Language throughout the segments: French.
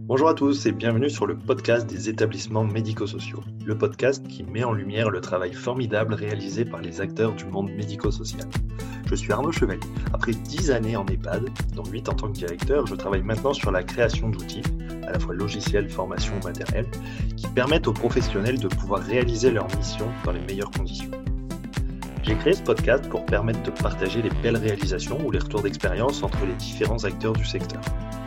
Bonjour à tous et bienvenue sur le podcast des établissements médico-sociaux, le podcast qui met en lumière le travail formidable réalisé par les acteurs du monde médico-social. Je suis Arnaud Chevalier. Après 10 années en EHPAD, dont 8 en tant que directeur, je travaille maintenant sur la création d'outils, à la fois logiciels, formation ou matériel, qui permettent aux professionnels de pouvoir réaliser leur mission dans les meilleures conditions. J'ai créé ce podcast pour permettre de partager les belles réalisations ou les retours d'expérience entre les différents acteurs du secteur.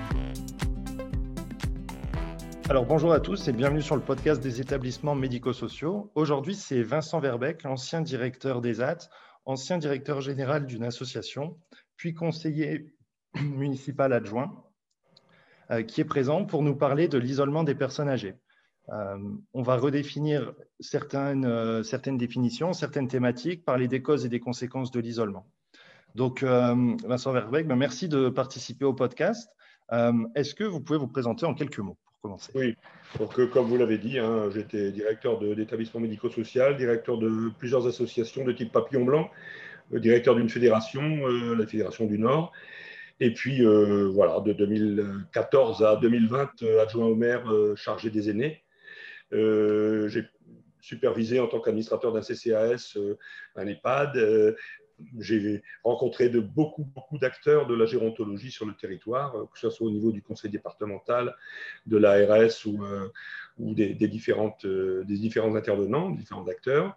Alors bonjour à tous et bienvenue sur le podcast des établissements médico-sociaux. Aujourd'hui, c'est Vincent Verbeek, l'ancien directeur d'ESAT, ancien directeur général d'une association, puis conseiller municipal adjoint, qui est présent pour nous parler de l'isolement des personnes âgées. On va redéfinir certaines définitions, certaines thématiques, parler des causes et des conséquences de l'isolement. Donc, Vincent Verbeek, merci de participer au podcast. Est-ce que vous pouvez vous présenter en quelques mots pour commencer? Oui, donc comme vous l'avez dit, j'étais directeur d'établissement médico-social, directeur de plusieurs associations de type Papillon Blanc, directeur d'une fédération, la Fédération du Nord. Et puis, voilà, de 2014 à 2020, adjoint au maire chargé des aînés. J'ai supervisé en tant qu'administrateur d'un CCAS, un EHPAD. J'ai rencontré beaucoup d'acteurs de la gérontologie sur le territoire, que ce soit au niveau du conseil départemental, de l'ARS ou des différents intervenants, des différents acteurs.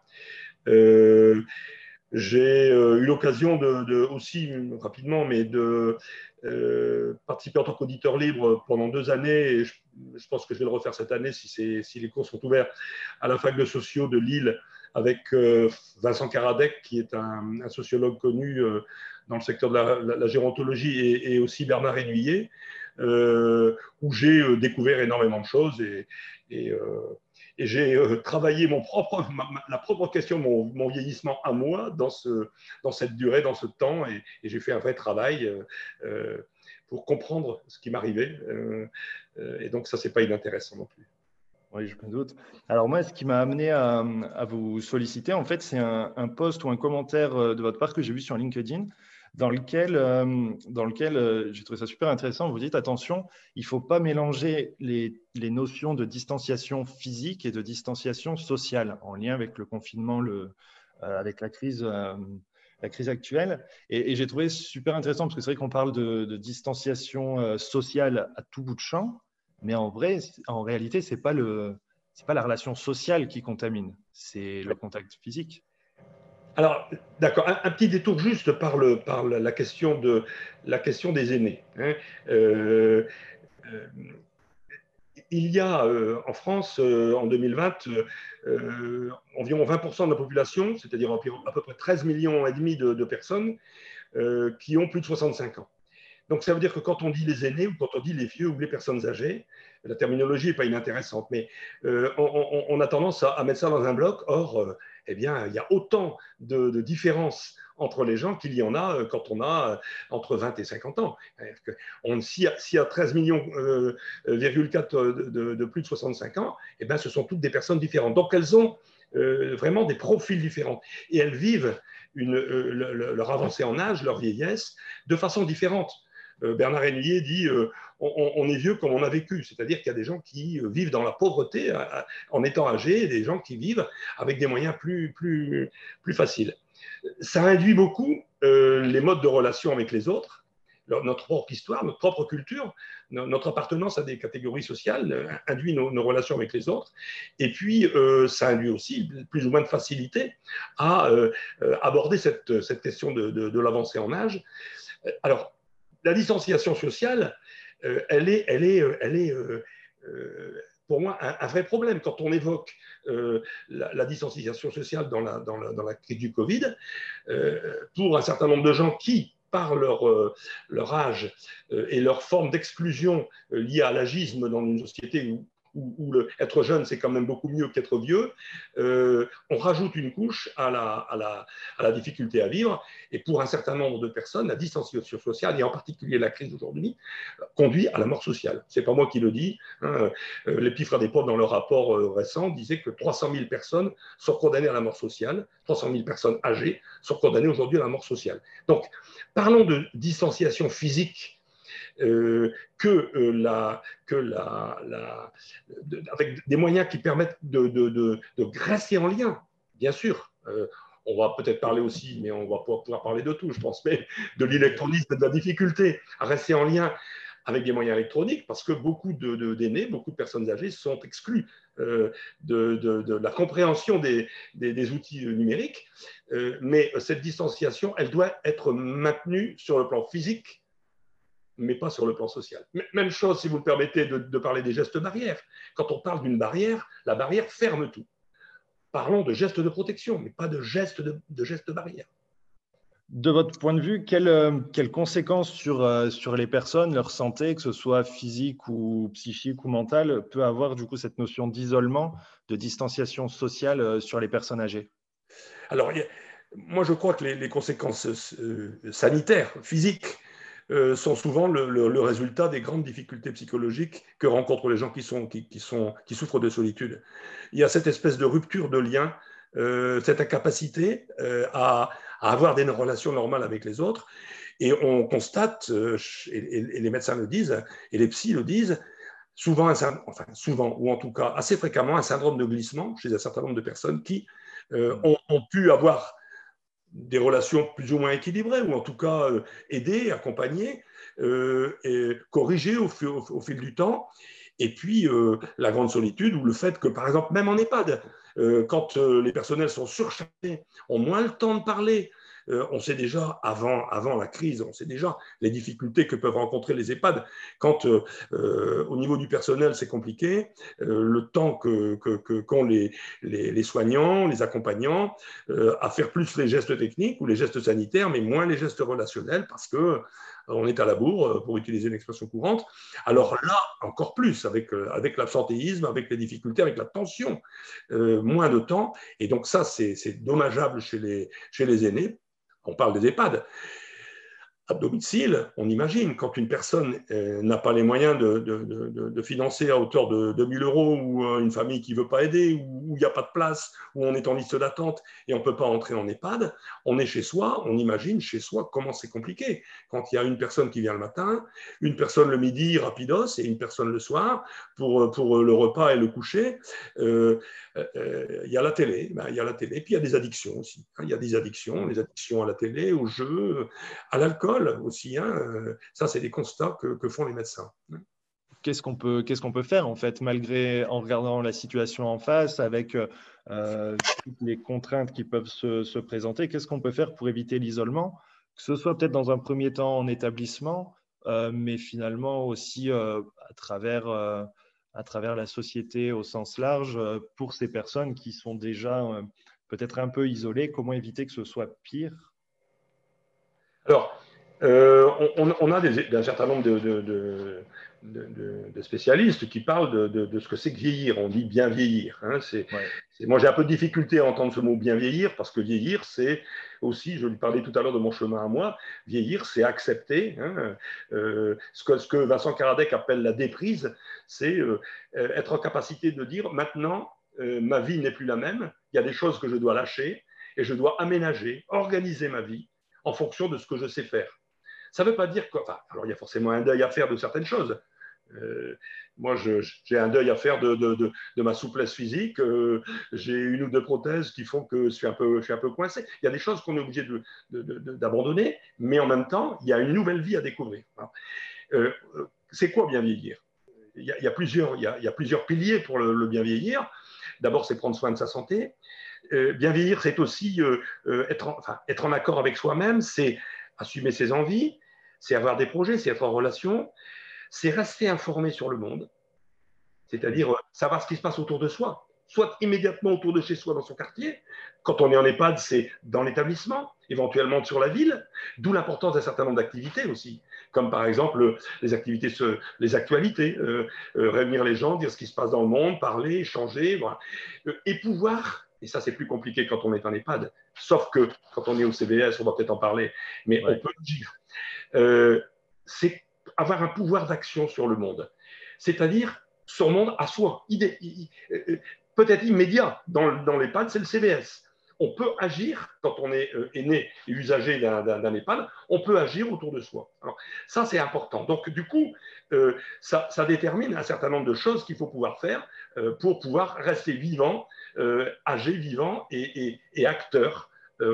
J'ai eu l'occasion aussi, rapidement, mais de participer en tant qu'auditeur libre pendant 2 années, et je pense que je vais le refaire cette année si les cours sont ouverts, à la fac de sociaux de Lille, avec Vincent Karadec, qui est un sociologue connu dans le secteur de la gérontologie, et aussi Bernard Hennuyer, où j'ai découvert énormément de choses et j'ai travaillé la propre question, mon vieillissement à moi, dans cette durée, dans ce temps, et j'ai fait un vrai travail pour comprendre ce qui m'arrivait. Et donc, ça, c'est pas inintéressant non plus. Oui, je me doute. Alors moi, ce qui m'a amené à vous solliciter, en fait, c'est un post ou un commentaire de votre part que j'ai vu sur LinkedIn, dans lequel j'ai trouvé ça super intéressant. Vous dites, attention, il ne faut pas mélanger les notions de distanciation physique et de distanciation sociale en lien avec le confinement, avec la crise actuelle. Et j'ai trouvé super intéressant parce que c'est vrai qu'on parle de distanciation sociale à tout bout de champ. Mais en réalité, ce n'est pas la relation sociale qui contamine, c'est le contact physique. Alors, d'accord, un petit détour juste par la question des aînés. Il y a en France, en 2020, environ 20% de la population, c'est-à-dire à peu près 13,5 millions de personnes, qui ont plus de 65 ans. Donc, ça veut dire que quand on dit les aînés ou quand on dit les vieux ou les personnes âgées, la terminologie n'est pas inintéressante, mais on a tendance à mettre ça dans un bloc. Or, eh bien, il y a autant de différences entre les gens qu'il y en a quand on a entre 20 et 50 ans. S'il y a 13,4 millions de plus de 65 ans, eh bien, ce sont toutes des personnes différentes. Donc, elles ont vraiment des profils différents. Et elles vivent leur avancée en âge, leur vieillesse, de façon différente. Bernard Hennuyer dit on est vieux comme on a vécu, c'est-à-dire qu'il y a des gens qui vivent dans la pauvreté en étant âgés, et des gens qui vivent avec des moyens plus faciles. Ça induit beaucoup les modes de relation avec les autres, notre propre histoire, notre propre culture, notre appartenance à des catégories sociales induit nos relations avec les autres. Et puis, ça induit aussi plus ou moins de facilité à aborder cette question de l'avancée en âge. Alors, la distanciation sociale, elle est pour moi un vrai problème. Quand on évoque la distanciation sociale dans la crise du Covid, pour un certain nombre de gens qui, par leur âge et leur forme d'exclusion liée à l'agisme dans une société où être jeune, c'est quand même beaucoup mieux qu'être vieux, on rajoute une couche à la difficulté à vivre. Et pour un certain nombre de personnes, la distanciation sociale, et en particulier la crise aujourd'hui, conduit à la mort sociale. Ce n'est pas moi qui le dis. Les petits frères des pauvres, dans leur rapport récent, disaient que 300 000 personnes sont condamnées à la mort sociale. 300 000 personnes âgées sont condamnées aujourd'hui à la mort sociale. Donc, parlons de distanciation physique avec des moyens qui permettent de rester en lien, bien sûr. On va peut-être parler aussi, mais on va pouvoir parler de tout, je pense, mais de l'électronisme et de la difficulté à rester en lien avec des moyens électroniques, parce que beaucoup d'aînés, beaucoup de personnes âgées sont exclues de la compréhension des outils numériques. Mais cette distanciation, elle doit être maintenue sur le plan physique, mais pas sur le plan social. Même chose, si vous me permettez de parler des gestes barrières. Quand on parle d'une barrière, la barrière ferme tout. Parlons de gestes de protection, mais pas de gestes barrières. De votre point de vue, quelles conséquences sur les personnes, leur santé, que ce soit physique ou psychique ou mentale, peut avoir du coup cette notion d'isolement, de distanciation sociale sur les personnes âgées? Alors, moi, je crois que les conséquences sanitaires, physiques, sont souvent le résultat des grandes difficultés psychologiques que rencontrent les gens qui souffrent de solitude. Il y a cette espèce de rupture de lien, cette incapacité à avoir des relations normales avec les autres. Et on constate, et les médecins le disent, et les psys le disent, souvent, souvent, ou en tout cas assez fréquemment, un syndrome de glissement chez un certain nombre de personnes qui ont pu avoir des relations plus ou moins équilibrées, ou en tout cas aider, accompagner, et corriger au fil du temps. Et puis la grande solitude, ou le fait que, par exemple, même en EHPAD, quand les personnels sont surchargés, ont moins le temps de parler, on sait déjà, avant la crise, on sait déjà les difficultés que peuvent rencontrer les EHPAD. Quand au niveau du personnel, c'est compliqué, le temps qu'ont les soignants, les accompagnants, à faire plus les gestes techniques ou les gestes sanitaires, mais moins les gestes relationnels, parce que on est à la bourre, pour utiliser une expression courante. Alors là, encore plus, avec l'absentéisme, avec les difficultés, avec la tension, moins de temps. Et donc ça, c'est dommageable chez les aînés. On parle des EHPAD. À domicile, on imagine, quand une personne n'a pas les moyens de financer à hauteur de 2000 euros, ou une famille qui ne veut pas aider, ou il n'y a pas de place, ou on est en liste d'attente et on ne peut pas entrer en EHPAD, on est chez soi, on imagine chez soi comment c'est compliqué. Quand il y a une personne qui vient le matin, une personne le midi, rapidos, et une personne le soir, pour le repas et le coucher, il y a la télé, il y a la télé, puis il y a des addictions aussi. Il y a des addictions, les addictions à la télé, aux jeux, à l'alcool aussi. Ça, c'est des constats que font les médecins. Qu'est-ce qu'on peut faire en fait, en regardant la situation en face, avec toutes les contraintes qui peuvent se présenter? Qu'est-ce qu'on peut faire pour éviter l'isolement, que ce soit peut-être dans un premier temps en établissement, mais finalement aussi à travers la société au sens large, pour ces personnes qui sont déjà peut-être un peu isolées? Comment éviter que ce soit pire? Alors, on a un certain nombre de spécialistes qui parlent de ce que c'est que vieillir. On dit bien vieillir. Ouais. Moi, j'ai un peu de difficulté à entendre ce mot bien vieillir, parce que vieillir, c'est aussi, je lui parlais tout à l'heure de mon chemin à moi, vieillir, c'est accepter. Ce que Vincent Karadec appelle la déprise, c'est être en capacité de dire maintenant, ma vie n'est plus la même, il y a des choses que je dois lâcher, et je dois aménager, organiser ma vie en fonction de ce que je sais faire. Ça ne veut pas dire que... alors, il y a forcément un deuil à faire de certaines choses. Moi, j'ai un deuil à faire de ma souplesse physique. J'ai une ou deux prothèses qui font que je suis un peu coincé. Il y a des choses qu'on est obligé d'abandonner, mais en même temps, il y a une nouvelle vie à découvrir. C'est quoi bien vieillir? Il y a plusieurs piliers pour le bien vieillir. D'abord, c'est prendre soin de sa santé. Bien vieillir, c'est aussi être en accord avec soi-même, c'est assumer ses envies, c'est avoir des projets, c'est être en relation, c'est rester informé sur le monde, c'est-à-dire savoir ce qui se passe autour de soi, soit immédiatement autour de chez soi dans son quartier. Quand on est en EHPAD, c'est dans l'établissement, éventuellement sur la ville, d'où l'importance d'un certain nombre d'activités aussi, comme par exemple les actualités, réunir les gens, dire ce qui se passe dans le monde, parler, échanger, voilà. Et pouvoir, et ça c'est plus compliqué quand on est en EHPAD, sauf que quand on est au CVS, on va peut-être en parler, mais on peut le dire, c'est avoir un pouvoir d'action sur le monde, c'est-à-dire son monde à soi, peut-être immédiat. Dans l'EHPAD, c'est le CVS. on peut agir, quand on est aîné et usager d'un EHPAD, on peut agir autour de soi. Alors, ça, c'est important. Donc, du coup, ça détermine un certain nombre de choses qu'il faut pouvoir faire pour pouvoir rester vivant, âgé, vivant et acteur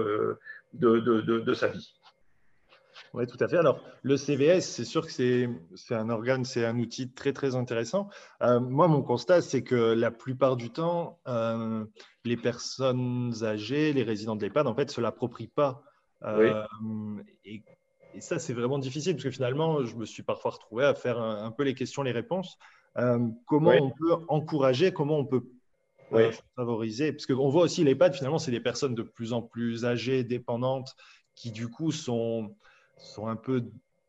de sa vie. Oui, tout à fait. Alors, le CVS, c'est sûr que c'est un organe, c'est un outil très, très intéressant. Moi, mon constat, c'est que la plupart du temps, les personnes âgées, les résidents de l'EHPAD, en fait, se l'approprient pas. Oui, Euh, et, et ça, c'est vraiment difficile parce que finalement, je me suis parfois retrouvé à faire un peu les questions, les réponses. Comment oui, on peut encourager, comment on peut oui. favoriser, parce qu'on voit aussi l'EHPAD, finalement, c'est des personnes de plus en plus âgées, dépendantes, qui du coup sont un peu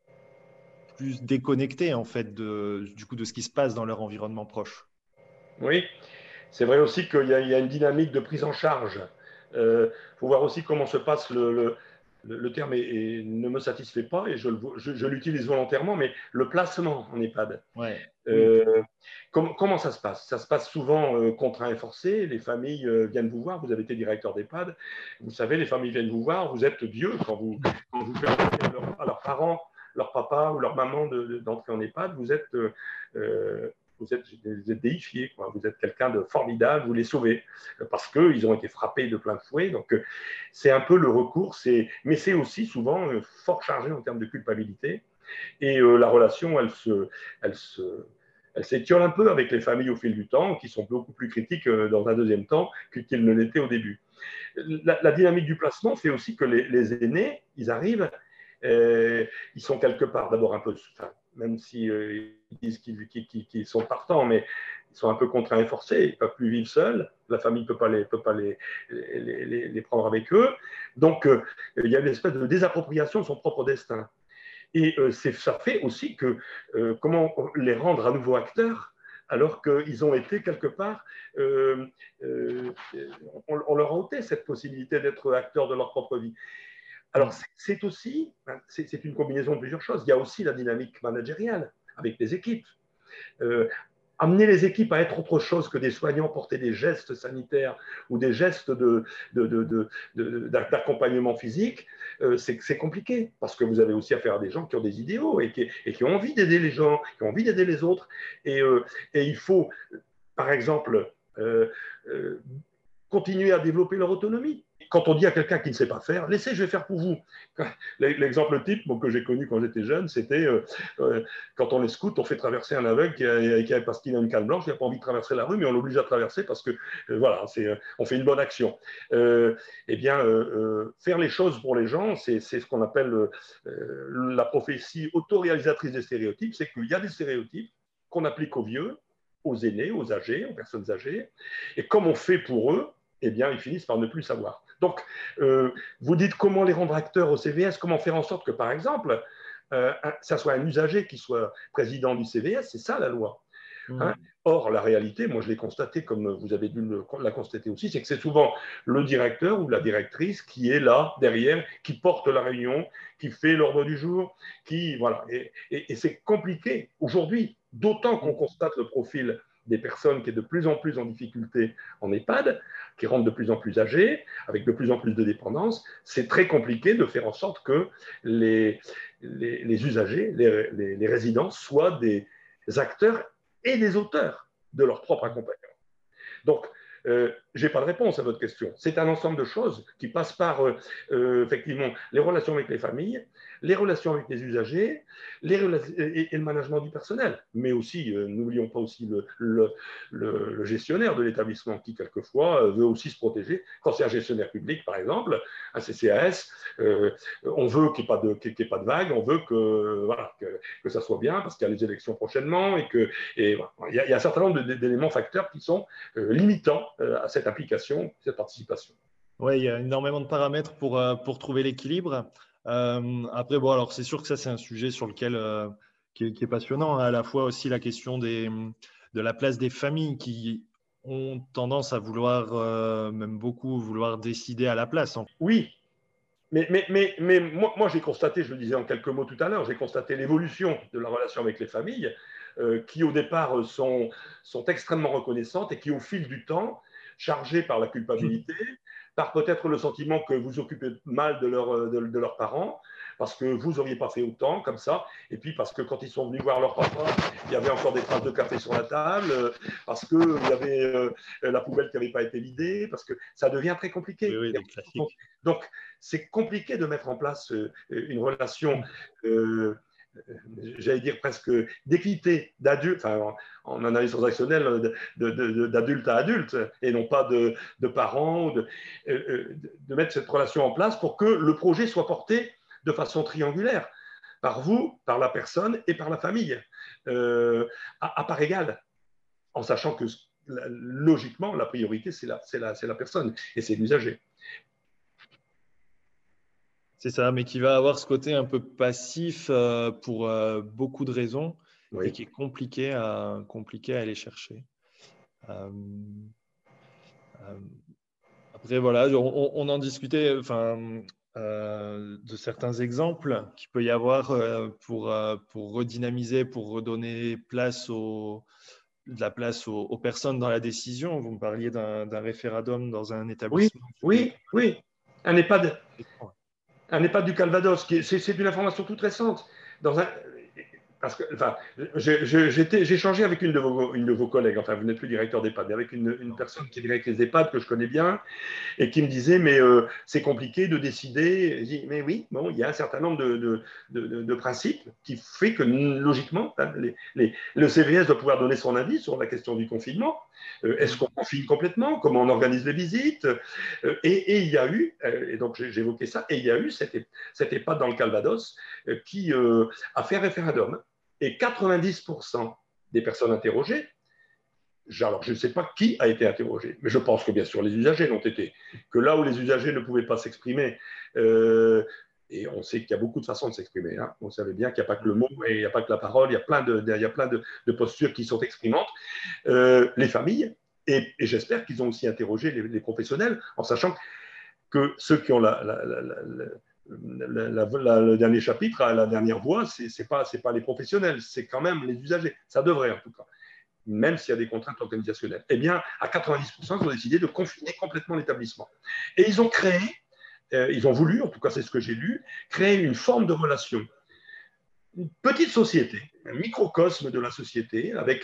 plus déconnectés en fait du coup de ce qui se passe dans leur environnement proche. Oui. C'est vrai aussi qu'il y a une dynamique de prise en charge. Il faut voir aussi comment se passe le terme ne me satisfait pas et je l'utilise volontairement, mais le placement en EHPAD. Ouais, oui, Euh, comment ça se passe? Ça se passe souvent contraint et forcé. Les familles viennent vous voir. Vous avez été directeur d'EHPAD. Vous savez, les familles viennent vous voir. Vous êtes vieux quand vous permettez à leurs parents, leur papa ou leur maman d'entrer en EHPAD. Euh, vous êtes déifié, quoi. Vous êtes quelqu'un de formidable, vous les sauvez parce qu'ils ont été frappés de plein fouet. Donc, c'est un peu le recours, mais c'est aussi souvent fort chargé en termes de culpabilité. Et la relation, elle se, elle s'étiole un peu avec les familles au fil du temps, qui sont beaucoup plus critiques dans un deuxième temps qu'ils ne l'étaient au début. La dynamique du placement fait aussi que les aînés, ils arrivent, ils sont quelque part d'abord un peu, enfin, même si ils disent qu'ils sont partants, mais ils sont un peu contraints et forcés, ils ne peuvent plus vivre seuls, la famille ne peut pas les prendre avec eux. Donc, il y a une espèce de désappropriation de son propre destin. Et ça fait aussi que comment les rendre à nouveau acteurs alors qu'ils ont été quelque part, euh, euh, on leur a ôté cette possibilité d'être acteurs de leur propre vie. Alors c'est aussi, c'est une combinaison de plusieurs choses. Il y a aussi la dynamique managériale avec les équipes. Euh, amener les équipes à être autre chose que des soignants, porter des gestes sanitaires ou des gestes d'accompagnement physique, c'est compliqué parce que vous avez aussi affaire à des gens qui ont des idéaux et qui ont envie d'aider les gens, qui ont envie d'aider les autres. Et il faut, par exemple, continuer à développer leur autonomie. Quand on dit à quelqu'un qui ne sait pas faire, laissez, je vais faire pour vous. L'exemple type que j'ai connu quand j'étais jeune, c'était quand on est scout, on fait traverser un aveugle parce qu'il a une canne blanche, il n'a pas envie de traverser la rue, mais on l'oblige à traverser parce que voilà, on fait une bonne action. Eh bien, faire les choses pour les gens, c'est ce qu'on appelle la prophétie autoréalisatrice des stéréotypes, c'est qu'il y a des stéréotypes qu'on applique aux vieux, aux aînés, aux âgés, aux personnes âgées, et comme on fait pour eux, eh bien, ils finissent par ne plus savoir. Donc, vous dites comment les rendre acteurs au CVS, comment faire en sorte que, par exemple, ça soit un usager qui soit président du CVS, c'est ça la loi. Hein. Or, la réalité, moi je l'ai constaté, comme vous avez dû la constater aussi, c'est que c'est souvent le directeur ou la directrice qui est là, derrière, qui porte la réunion, qui fait l'ordre du jour, voilà. Et c'est compliqué aujourd'hui, d'autant qu'on constate le profil des personnes qui est de plus en plus en difficulté en EHPAD, qui rentrent de plus en plus âgées, avec de plus en plus de dépendance. C'est très compliqué de faire en sorte que les usagers, les résidents soient des acteurs et des auteurs de leur propre accompagnement. Donc, je n'ai pas de réponse à votre question. C'est un ensemble de choses qui passent par effectivement les relations avec les familles, les relations avec les usagers, et le management du personnel. Mais aussi, n'oublions pas aussi le gestionnaire de l'établissement qui, quelquefois, veut aussi se protéger. Quand c'est un gestionnaire public, par exemple, un CCAS, on veut qu'il n'y ait pas de vague, on veut voilà, que ça soit bien parce qu'il y a les élections prochainement et voilà. Il y a un certain nombre d'éléments facteurs qui sont limitants à cette implication, cette participation. Oui, il y a énormément de paramètres pour trouver l'équilibre. Après, bon, alors c'est sûr que ça, c'est un sujet sur lequel qui est passionnant, hein. À la fois aussi la question de la place des familles qui ont tendance à vouloir, même beaucoup, vouloir décider à la place. Oui, mais moi j'ai constaté, je le disais en quelques mots tout à l'heure, j'ai constaté l'évolution de la relation avec les familles qui au départ sont extrêmement reconnaissantes et qui au fil du temps, chargées par la culpabilité, par peut-être le sentiment que vous occupez mal de leurs parents, parce que vous n'auriez pas fait autant, comme ça, et puis parce que quand ils sont venus voir leur papa, il y avait encore des traces de café sur la table, parce qu'il y avait la poubelle qui n'avait pas été vidée, parce que ça devient très compliqué. Oui, des classiques. Donc, c'est compliqué de mettre en place une relation j'allais dire presque d'équité d'adulte, enfin, en analyse transactionnelle, d'adulte à adulte, et non pas de parents, de mettre cette relation en place pour que le projet soit porté de façon triangulaire, par vous, par la personne et par la famille, à part égale, en sachant que logiquement, la priorité, c'est la personne et c'est l'usager. C'est ça, mais qui va avoir ce côté un peu passif pour beaucoup de raisons et qui est compliqué à aller chercher. Après, voilà, on en discutait de certains exemples qu'il peut y avoir pour redynamiser, pour redonner de la place aux personnes dans la décision. Vous me parliez d'un référendum dans un établissement. Oui. Un EHPAD du Calvados, c'est une information toute récente. Parce que, enfin, j'ai échangé avec une de vos collègues, enfin, vous n'êtes plus directeur d'EHPAD, mais avec une personne qui est directrice d'EHPAD que je connais bien et qui me disait, mais c'est compliqué de décider. Je dis, mais oui, bon, il y a un certain nombre de principes qui fait que, logiquement, le CVS doit pouvoir donner son avis sur la question du confinement. Est-ce qu'on confine complètement? Comment on organise les visites? Et il y a eu, et donc j'évoquais ça, et il y a eu cette EHPAD dans le Calvados qui a fait référendum. Et 90% des personnes interrogées, alors je ne sais pas qui a été interrogé, mais je pense que bien sûr les usagers l'ont été, que là où les usagers ne pouvaient pas s'exprimer, et on sait qu'il y a beaucoup de façons de s'exprimer, hein. On savait bien qu'il n'y a pas que le mot et il n'y a pas que la parole, il y a plein de postures qui sont exprimantes, les familles, et j'espère qu'ils ont aussi interrogé les professionnels, en sachant que ceux qui ont le dernier chapitre, la dernière voix, c'est pas les professionnels, c'est quand même les usagers. Ça devrait en tout cas, même s'il y a des contraintes organisationnelles. Eh bien, à 90%, ils ont décidé de confiner complètement l'établissement. Et ils ont créé, ils ont voulu, en tout cas c'est ce que j'ai lu, créer une forme de relation. Une petite société, un microcosme de la société, avec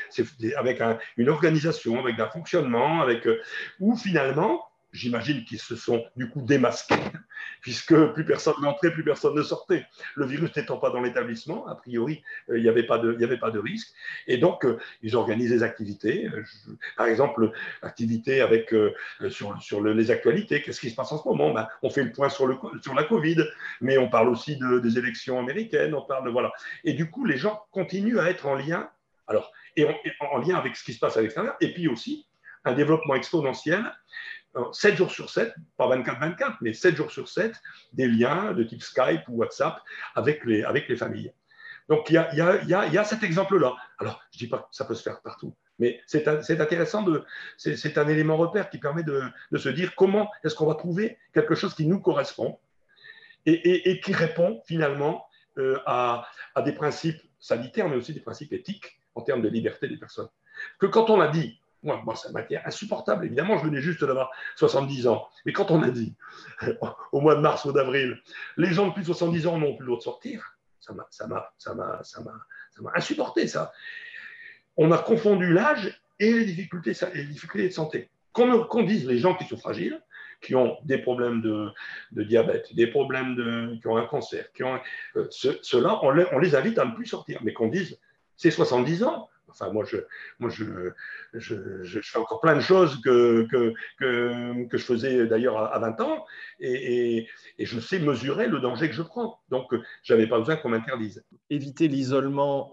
une organisation, avec un fonctionnement, où finalement, j'imagine qu'ils se sont du coup démasqués, puisque plus personne n'entrait, plus personne ne sortait. Le virus n'étant pas dans l'établissement, a priori, il n'y avait pas de risque. Et donc, ils organisent des activités. Par exemple, activités sur les actualités. Qu'est-ce qui se passe en ce moment? On fait le point sur la Covid, mais on parle aussi des élections américaines. On parle voilà. Et du coup, les gens continuent à être en lien. Alors, en lien avec ce qui se passe à l'extérieur, et puis aussi un développement exponentiel 7 jours sur 7, pas 24-24, mais 7 jours sur 7, des liens de type Skype ou WhatsApp avec les familles. Donc, il y a cet exemple-là. Alors, je ne dis pas que ça peut se faire partout, mais c'est intéressant, c'est un élément repère qui permet de se dire comment est-ce qu'on va trouver quelque chose qui nous correspond et qui répond finalement à des principes sanitaires, mais aussi des principes éthiques en termes de liberté des personnes. Que quand on a dit, moi, ça m'a été insupportable. Évidemment, je venais juste d'avoir 70 ans. Mais quand on a dit, au mois de mars ou d'avril, les gens de plus de 70 ans n'ont plus le droit de sortir, ça m'a insupporté, ça. On a confondu l'âge et les difficultés de santé. Qu'on dise les gens qui sont fragiles, qui ont des problèmes de diabète, des problèmes qui ont un cancer, ceux-là, on les invite à ne plus sortir. Mais qu'on dise, c'est 70 ans. Enfin, moi, je fais encore plein de choses que je faisais d'ailleurs à 20 ans et je sais mesurer le danger que je prends. Donc, je n'avais pas besoin qu'on m'interdise. Éviter l'isolement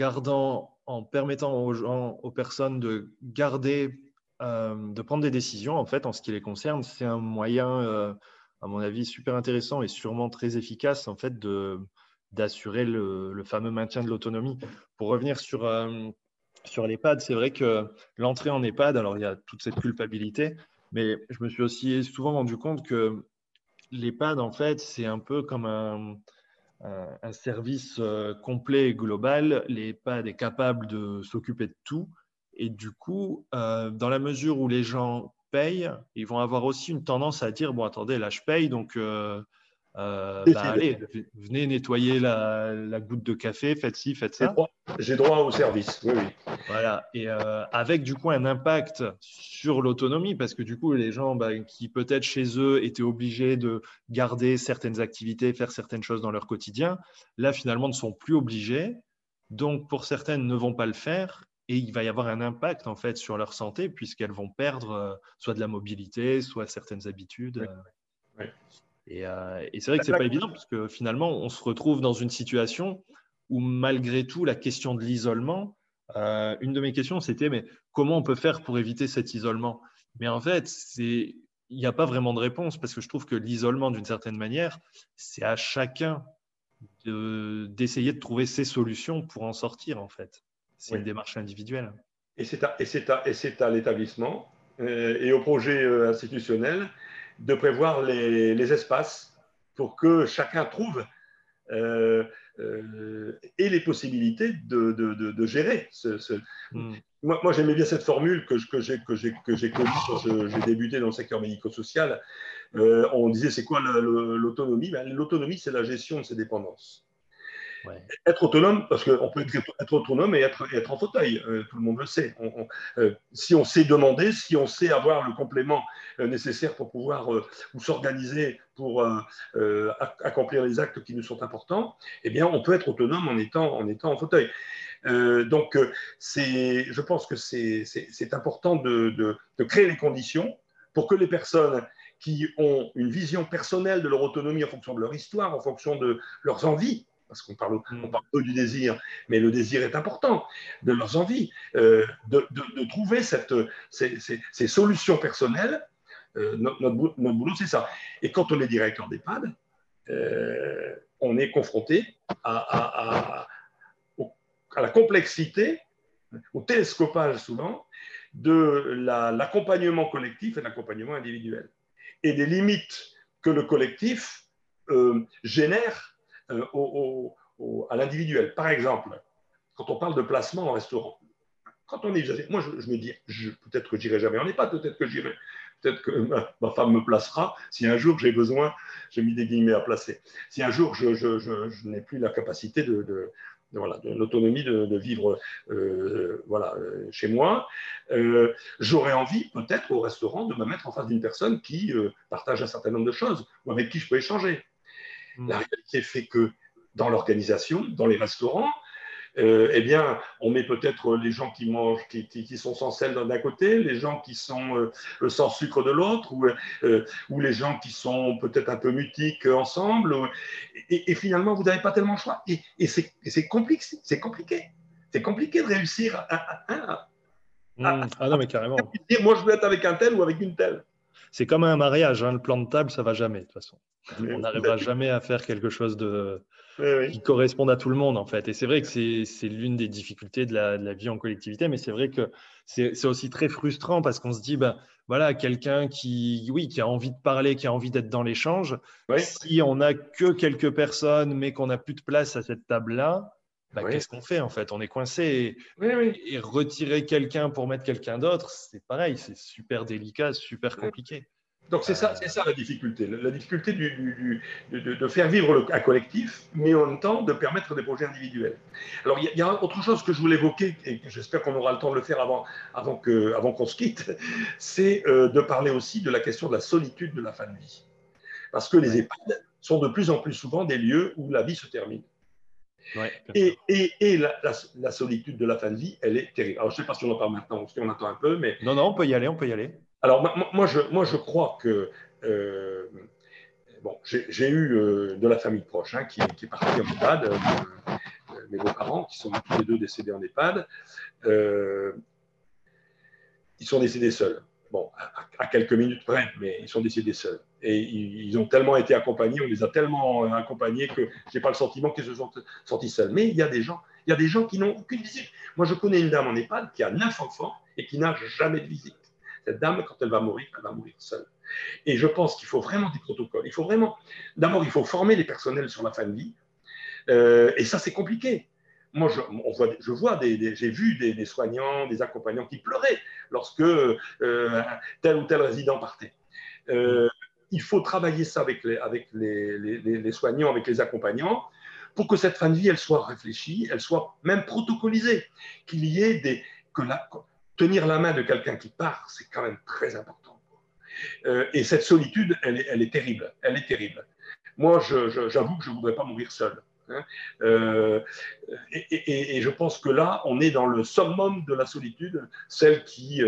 en permettant aux personnes de garder, de prendre des décisions, en fait, en ce qui les concerne, c'est un moyen, à mon avis, super intéressant et sûrement très efficace, en fait, d'assurer le fameux maintien de l'autonomie. Pour revenir sur l'EHPAD, c'est vrai que l'entrée en EHPAD, alors il y a toute cette culpabilité, mais je me suis aussi souvent rendu compte que l'EHPAD, en fait, c'est un peu comme un service complet et global. L'EHPAD est capable de s'occuper de tout. Et du coup, dans la mesure où les gens payent, ils vont avoir aussi une tendance à dire, bon, attendez, là, je paye, donc allez, venez nettoyer la goutte de café, faites ci, faites ça. J'ai droit au service, oui, oui. Voilà, et avec du coup un impact sur l'autonomie, parce que du coup, les gens qui peut-être chez eux étaient obligés de garder certaines activités, faire certaines choses dans leur quotidien, là, finalement, ne sont plus obligés. Donc, pour certaines, ne vont pas le faire. Et il va y avoir un impact en fait sur leur santé puisqu'elles vont perdre soit de la mobilité, soit certaines habitudes. Oui. Et c'est vrai que c'est pas évident parce que finalement, on se retrouve dans une situation où malgré tout, la question de l'isolement, une de mes questions, c'était mais comment on peut faire pour éviter cet isolement? Mais en fait, il n'y a pas vraiment de réponse parce que je trouve que l'isolement, d'une certaine manière, c'est à chacun d'essayer de trouver ses solutions pour en sortir en fait. C'est une démarche individuelle. Et c'est à l'établissement et au projet institutionnel de prévoir les espaces pour que chacun trouve et les possibilités de gérer Moi, j'aimais bien cette formule que j'ai connue quand j'ai débuté dans le secteur médico-social. On disait, c'est quoi l'autonomie? L'autonomie, c'est la gestion de ses dépendances. Ouais. Être autonome, parce qu'on peut être autonome et être en fauteuil, tout le monde le sait. Si on sait demander, si on sait avoir le complément nécessaire pour pouvoir ou s'organiser pour accomplir les actes qui nous sont importants, eh bien, on peut être autonome en étant en fauteuil. Donc, je pense que c'est important de créer les conditions pour que les personnes qui ont une vision personnelle de leur autonomie en fonction de leur histoire, en fonction de leurs envies, parce qu'on parle peu du désir, mais le désir est important, de leurs envies, de trouver ces solutions personnelles. Notre boulot, c'est ça. Et quand on est directeur d'EHPAD, on est confronté à la complexité, au télescopage souvent, de l'accompagnement collectif et de l'accompagnement individuel. Et des limites que le collectif génère à l'individuel. Par exemple, quand on parle de placement en restaurant, quand on est, moi je me dis, peut-être que j'irai jamais en EHPAD, peut-être que ma femme me placera si un jour j'ai besoin, j'ai mis des guillemets à placer, si un jour je n'ai plus la capacité de l'autonomie de vivre chez moi, j'aurais envie peut-être au restaurant de me mettre en face d'une personne qui partage un certain nombre de choses ou avec qui je peux échanger. La réalité fait que dans l'organisation, dans les restaurants, eh bien, on met peut-être les gens qui mangent, qui sont sans sel d'un côté, les gens qui sont sans sucre de l'autre, ou les gens qui sont peut-être un peu mutiques ensemble. Et finalement, vous n'avez pas tellement le choix. Et c'est compliqué. C'est compliqué de réussir ah non, mais carrément. Dire, moi, je veux être avec un tel ou avec une telle. C'est comme un mariage, le plan de table, ça ne va jamais, de toute façon. On n'arrivera jamais à faire quelque chose qui corresponde à tout le monde, en fait. Et c'est vrai que c'est l'une des difficultés de la vie en collectivité, mais c'est vrai que c'est aussi très frustrant parce qu'on se dit, voilà, quelqu'un qui a envie de parler, qui a envie d'être dans l'échange, si on n'a que quelques personnes, mais qu'on n'a plus de place à cette table-là, qu'est-ce qu'on fait en fait? On est coincé et retirer quelqu'un pour mettre quelqu'un d'autre, c'est pareil, c'est super délicat, super compliqué. Donc c'est ça la difficulté. La difficulté de faire vivre un collectif, mais en même temps de permettre des projets individuels. Alors il y a autre chose que je voulais évoquer, et j'espère qu'on aura le temps de le faire avant qu'on se quitte, c'est de parler aussi de la question de la solitude de la fin de vie. Parce que les EHPAD sont de plus en plus souvent des lieux où la vie se termine. Et la solitude de la fin de vie, elle est terrible. Alors, je ne sais pas si on en parle maintenant ou si on attend un peu, mais… Non, on peut y aller, Alors, moi, je crois que… j'ai eu de la famille proche qui est partie en EHPAD, mes beaux-parents, qui sont tous les deux décédés en EHPAD, ils sont décédés seuls. Bon, à quelques minutes près, mais ils sont décédés seuls. Et ils ont tellement été accompagnés, on les a tellement accompagnés que je n'ai pas le sentiment qu'ils se sont sentis seuls. Mais il y a des gens qui n'ont aucune visite. Moi, je connais une dame en EHPAD qui a 9 enfants et qui n'a jamais de visite. Cette dame, quand elle va mourir seule. Et je pense qu'il faut vraiment des protocoles. D'abord, il faut former les personnels sur la fin de vie. Et ça, c'est compliqué. je vois j'ai vu des soignants, des accompagnants qui pleuraient lorsque tel ou tel résident partait. Il faut travailler ça avec les soignants, avec les accompagnants, pour que cette fin de vie, elle soit réfléchie, elle soit même protocolisée, qu'il y ait tenir la main de quelqu'un qui part, c'est quand même très important. Et cette solitude, elle est terrible. Elle est terrible. Moi, j'avoue que je ne voudrais pas mourir seul. Hein. Et je pense que là, on est dans le summum de la solitude, celle qui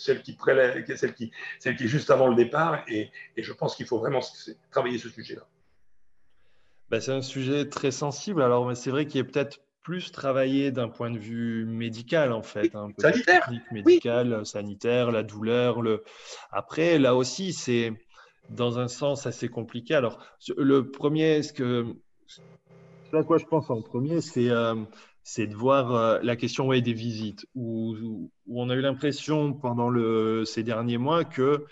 est juste avant le départ. Et je pense qu'il faut vraiment travailler ce sujet-là. Ben, c'est un sujet très sensible. Alors, c'est vrai qu'il est peut-être plus travaillé d'un point de vue médical, en fait, hein, peut-être Sanitaire, technique, oui. médical, sanitaire, la douleur. Après, là aussi, c'est dans un sens assez compliqué. Alors, le premier, ce à quoi je pense en premier, c'est de voir la question des visites, où on a eu l'impression pendant ces derniers mois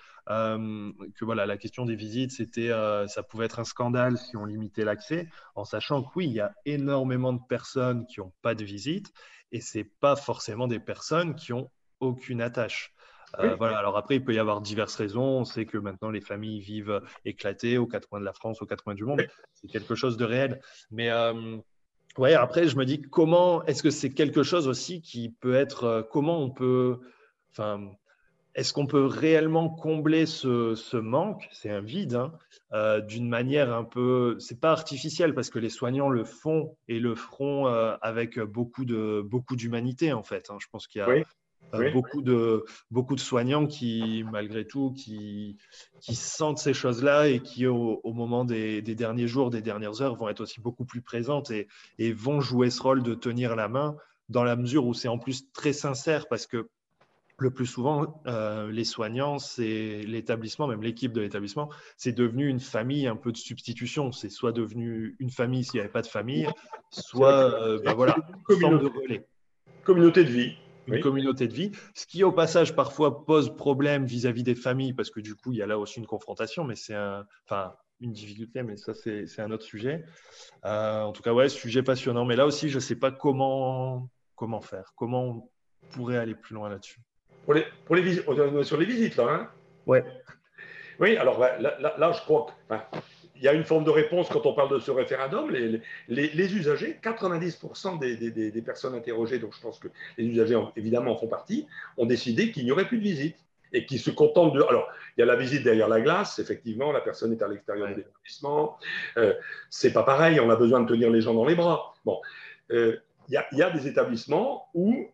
que voilà, la question des visites, ça pouvait être un scandale si on limitait l'accès, en sachant que oui, il y a énormément de personnes qui n'ont pas de visite, et ce n'est pas forcément des personnes qui ont aucune attache. Oui. Voilà. Alors après, il peut y avoir diverses raisons. On sait que maintenant, les familles vivent éclatées aux quatre coins de la France, aux quatre coins du monde. C'est quelque chose de réel. Mais ouais, après, je me dis comment est-ce que c'est quelque chose aussi qui peut être, comment on peut, enfin, est-ce qu'on peut réellement combler ce manque, c'est un vide, hein, d'une manière un peu, c'est pas artificiel parce que les soignants le font et le feront avec beaucoup d'humanité en fait. Hein. Je pense qu'il y a Oui. Oui. beaucoup de soignants qui, malgré tout, qui sentent ces choses-là et qui, au moment des derniers jours, des dernières heures, vont être aussi beaucoup plus présentes et vont jouer ce rôle de tenir la main dans la mesure où c'est en plus très sincère parce que le plus souvent, les soignants, c'est l'établissement, même l'équipe de l'établissement, c'est devenu une famille un peu de substitution. C'est soit devenu une famille s'il n'y avait pas de famille, soit voilà, une forme de relais. Communauté de vie. Une Oui. communauté de vie, ce qui au passage parfois pose problème vis-à-vis des familles, parce que du coup, il y a là aussi une confrontation, mais une difficulté, mais ça, c'est un autre sujet. En tout cas, ouais, sujet passionnant, mais là aussi, je ne sais pas comment faire, comment on pourrait aller plus loin là-dessus. Pour les visites, sur les visites, là. Hein. Ouais. Oui, alors là, je crois qu'il y a une forme de réponse quand on parle de ce référendum. Les usagers, 90% des personnes interrogées, donc je pense que les usagers, évidemment, en font partie, ont décidé qu'il n'y aurait plus de visite et qu'ils se contentent de… Alors, il y a la visite derrière la glace, effectivement, la personne est à l'extérieur de l'établissement. C'est pas pareil, on a besoin de tenir les gens dans les bras. Bon, il y a des établissements où…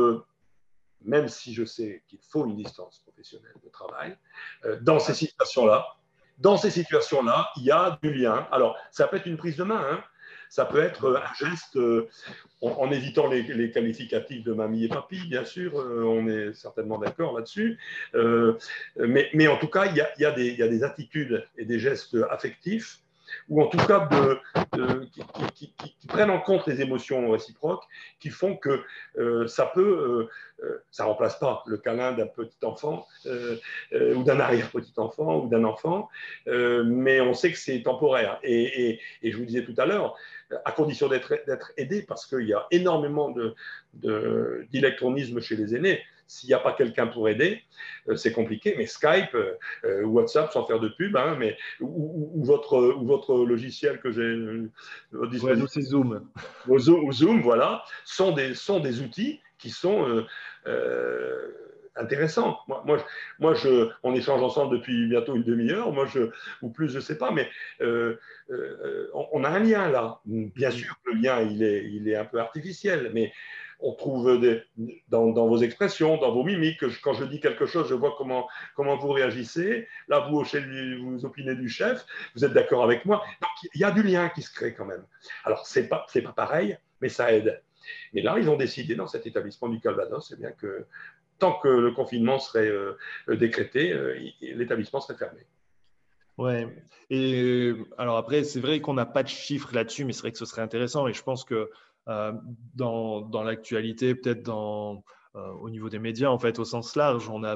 même si je sais qu'il faut une distance professionnelle de travail, dans ces situations-là, il y a du lien. Alors, ça peut être une prise de main, hein. Ça peut être un geste en évitant les qualificatifs de mamie et papy, bien sûr, on est certainement d'accord là-dessus. Mais en tout cas, il y a des attitudes et des gestes affectifs ou en tout cas qui prennent en compte les émotions réciproques, qui font que ça ça remplace pas le câlin d'un petit enfant ou d'un arrière-petit enfant ou d'un enfant, mais on sait que c'est temporaire. Et je vous disais tout à l'heure, à condition d'être aidé, parce qu'il y a énormément d'électronisme chez les aînés. S'il n'y a pas quelqu'un pour aider, c'est compliqué, mais Skype, WhatsApp, sans faire de pub, hein, ou votre logiciel que j'ai à disposition. Ouais, nous, c'est Zoom. Zoom, voilà, sont des outils qui sont intéressants. On échange ensemble depuis bientôt une demi-heure, ou plus, je ne sais pas, mais on a un lien là. Bien sûr, le lien, il est un peu artificiel, mais on trouve dans vos expressions, dans vos mimiques, quand je dis quelque chose, je vois comment vous réagissez. Là, vous opinez du chef, vous êtes d'accord avec moi. Donc, il y a du lien qui se crée quand même. Alors, c'est pas pareil, mais ça aide. Mais là, ils ont décidé dans cet établissement du Calvados, bien que tant que le confinement serait décrété, l'établissement serait fermé. Ouais. Et alors après, c'est vrai qu'on n'a pas de chiffres là-dessus, mais c'est vrai que ce serait intéressant. Et je pense que dans l'actualité, peut-être au niveau des médias, en fait, au sens large, on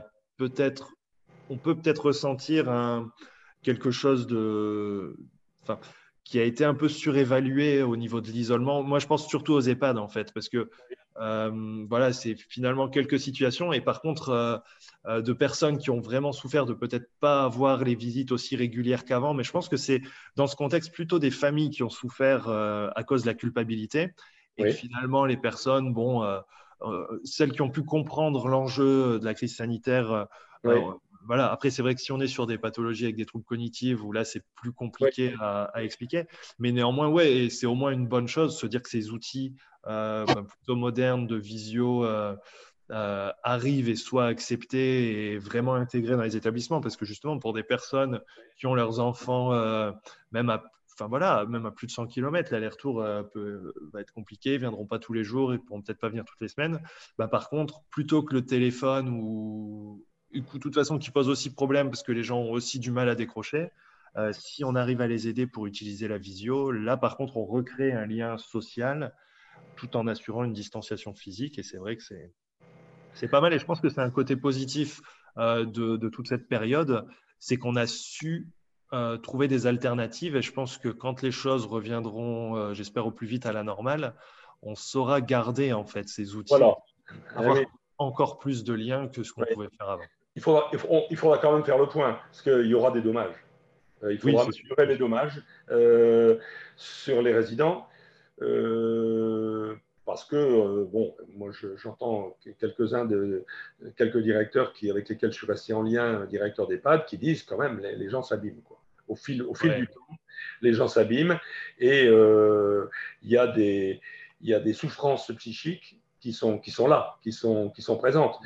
peut peut-être ressentir quelque chose qui a été un peu surévalué au niveau de l'isolement. Moi, je pense surtout aux EHPAD, en fait, parce que voilà, c'est finalement quelques situations. Et par contre, de personnes qui ont vraiment souffert de peut-être pas avoir les visites aussi régulières qu'avant. Mais je pense que c'est dans ce contexte plutôt des familles qui ont souffert à cause de la culpabilité. Et que Oui, finalement, les personnes, bon, celles qui ont pu comprendre l'enjeu de la crise sanitaire, oui, voilà. Après, c'est vrai que si on est sur des pathologies avec des troubles cognitifs, où là, c'est plus oui, compliqué à expliquer. Mais néanmoins, ouais, et c'est au moins une bonne chose, se dire que ces outils plutôt modernes de visio arrivent et soient acceptés et vraiment intégrés dans les établissements. Parce que justement, pour des personnes qui ont leurs enfants, même à Enfin voilà, même à plus de 100 km, l'aller-retour va être compliqué, ils ne viendront pas tous les jours, ils ne pourront peut-être pas venir toutes les semaines. Bah, par contre, plutôt que le téléphone ou de toute façon qui pose aussi problème parce que les gens ont aussi du mal à décrocher, si on arrive à les aider pour utiliser la visio, là par contre on recrée un lien social tout en assurant une distanciation physique et c'est vrai que c'est pas mal et je pense que c'est un côté positif de toute cette période, c'est qu'on a su trouver des alternatives et je pense que quand les choses reviendront, j'espère au plus vite à la normale, on saura garder en fait ces outils, voilà. Ah oui, avoir encore plus de liens que ce qu'on oui. pouvait faire avant. Il faudra quand même faire le point, parce qu'il y aura des dommages. Il Oui, faudra c'est sûr. mesurer les dommages sur les résidents. Parce que, bon, moi j'entends quelques directeurs avec lesquels je suis resté en lien, directeurs d'EHPAD, qui disent quand même les gens s'abîment. Quoi. Au fil Ouais. du temps, les gens s'abîment et il y a des souffrances psychiques qui sont là, qui sont présentes.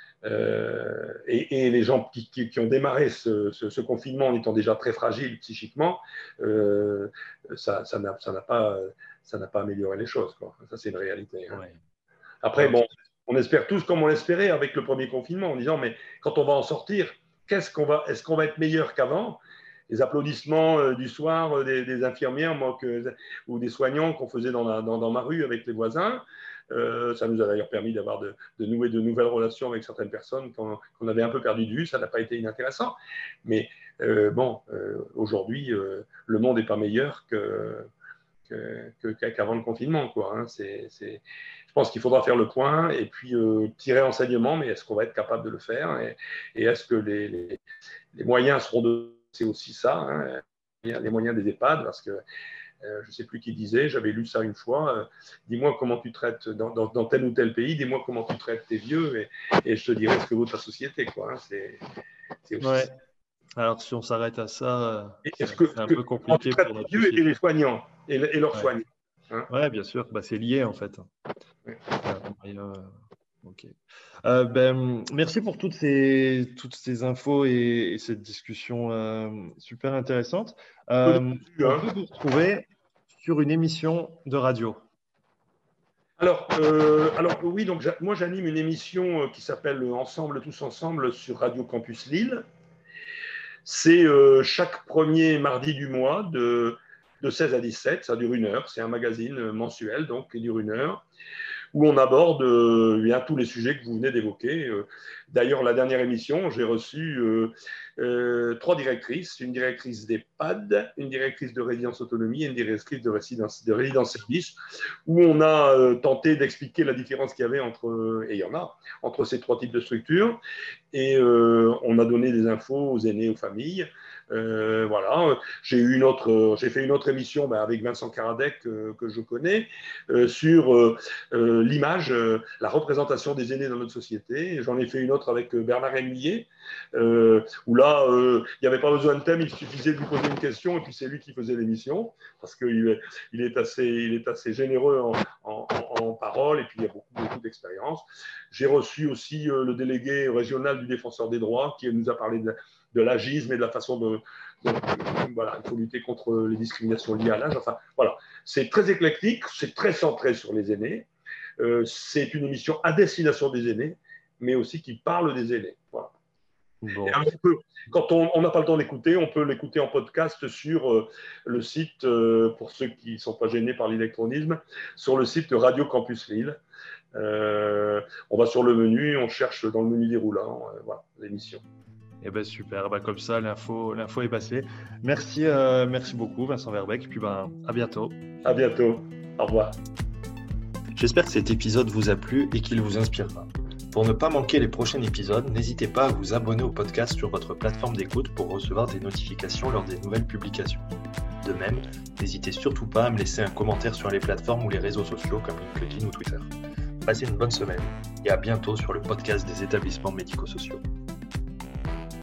Et les gens qui ont démarré ce confinement en étant déjà très fragiles psychiquement, ça n'a pas amélioré les choses. Quoi. Ça, c'est une réalité. Hein. Ouais. Après, Non, bon, on espère tous comme on l'espérait avec le premier confinement, en disant, mais quand on va en sortir, est-ce qu'on va être meilleur qu'avant? Les applaudissements du soir des infirmières ou des soignants qu'on faisait dans ma rue avec les voisins. Ça nous a d'ailleurs permis de nouer de nouvelles relations avec certaines personnes qu'on avait un peu perdu de vue. Ça n'a pas été inintéressant. Mais bon, aujourd'hui, le monde n'est pas meilleur qu'avant le confinement. Quoi, hein. Je pense qu'il faudra faire le point et puis tirer enseignement, mais est-ce qu'on va être capable de le faire et est-ce que les moyens seront de... C'est aussi ça, hein, les moyens des EHPAD, parce que je ne sais plus qui disait, j'avais lu ça une fois, dis-moi comment tu traites dans tel ou tel pays, dis-moi comment tu traites tes vieux et je te dirai ce que vaut ta société. Quoi, hein. C'est aussi ouais. ça. Alors, si on s'arrête à ça, Est-ce c'est un peu comment tu compliqué traites pour les notre vieux et société. les soignants et leurs Ouais, soignants, hein. ouais, bien sûr. Bah, c'est lié en fait. Ouais. Il y a un moyen, ok. Merci pour toutes ces infos et cette discussion super intéressante. Peu déçu, On hein. peut vous retrouver sur une émission de radio. Alors oui, donc moi j'anime une émission qui s'appelle Ensemble, tous ensemble sur Radio Campus Lille. C'est chaque premier mardi du mois de 16 à 17, ça dure 1 heure. C'est un magazine mensuel donc qui dure 1 heure, où on aborde bien tous les sujets que vous venez d'évoquer. D'ailleurs, la dernière émission, j'ai reçu 3 directrices, une directrice d'EHPAD, une directrice de résidence autonomie et une directrice de résidence service, où on a tenté d'expliquer la différence qu'il y avait et il y en a, entre ces 3 types de structures. Et on a donné des infos aux aînés, aux familles. Voilà. J'ai fait une autre émission avec Vincent Karadec que je connais sur l'image, la représentation des aînés dans notre société. J'en ai fait une autre avec Bernard Rémillier, où là, il n'y avait pas besoin de thème, il suffisait de lui poser une question et puis c'est lui qui faisait l'émission parce qu'il est assez généreux en parole et puis il y a beaucoup d'expérience. J'ai reçu aussi le délégué régional du défenseur des droits qui nous a parlé de l'agisme et de la façon voilà, il faut lutter contre les discriminations liées à l'âge. Enfin, voilà, c'est très éclectique, c'est très centré sur les aînés. C'est une émission à destination des aînés, mais aussi qui parle des aînés. Voilà. Et Bon, un petit peu, quand on n'a pas le temps d'écouter, on peut l'écouter en podcast sur le site, pour ceux qui ne sont pas gênés par l'électronisme, sur le site de Radio Campus Lille. On va sur le menu, on cherche dans le menu déroulant, voilà, l'émission. Eh ben super, comme ça l'info est passée. Merci beaucoup Vincent Verbeek, et puis à bientôt. À bientôt, au revoir. J'espère que cet épisode vous a plu et qu'il vous inspirera. Pour ne pas manquer les prochains épisodes, n'hésitez pas à vous abonner au podcast sur votre plateforme d'écoute pour recevoir des notifications lors des nouvelles publications. De même, n'hésitez surtout pas à me laisser un commentaire sur les plateformes ou les réseaux sociaux comme LinkedIn ou Twitter. Passez une bonne semaine et à bientôt sur le podcast des établissements médico-sociaux.